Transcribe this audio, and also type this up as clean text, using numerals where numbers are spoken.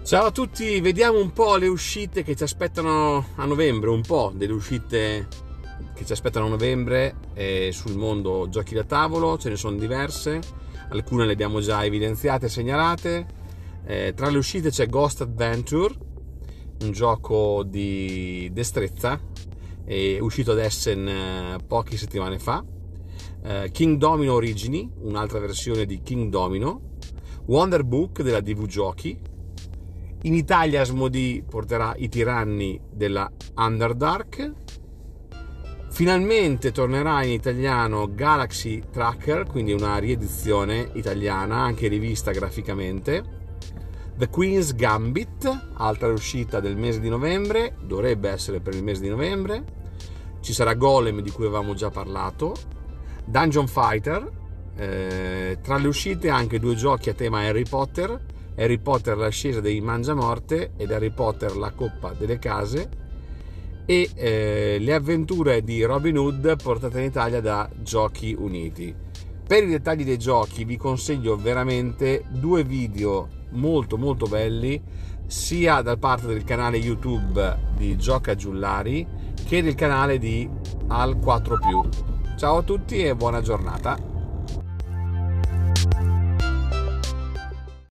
Ciao a tutti, vediamo un po' le uscite che ci aspettano a novembre, un po' delle uscite che ci aspettano a novembre sul mondo giochi da tavolo. Ce ne sono diverse, alcune le abbiamo già evidenziate e segnalate. Tra le uscite c'è Ghost Adventure, un gioco di destrezza, uscito ad Essen poche settimane fa. King Domino Origini, un'altra versione di King Domino. Wonder Book della DV Giochi. In Italia Asmodee porterà I tiranni della Underdark. Finalmente tornerà in italiano Galaxy Tracker, quindi una riedizione italiana, anche rivista graficamente. The Queen's Gambit, altra uscita del mese di novembre, dovrebbe essere per il mese di novembre. Ci sarà Golem, di cui avevamo già parlato. Dungeon Fighter, tra le uscite anche due giochi a tema Harry Potter l'ascesa dei Mangiamorte ed Harry Potter la coppa delle case, e le avventure di Robin Hood portate in Italia da Giochi Uniti. Per i dettagli dei giochi vi consiglio veramente due video molto belli, sia da parte del canale YouTube di Gioca Giullari che del canale di Al4+. Ciao a tutti e buona giornata.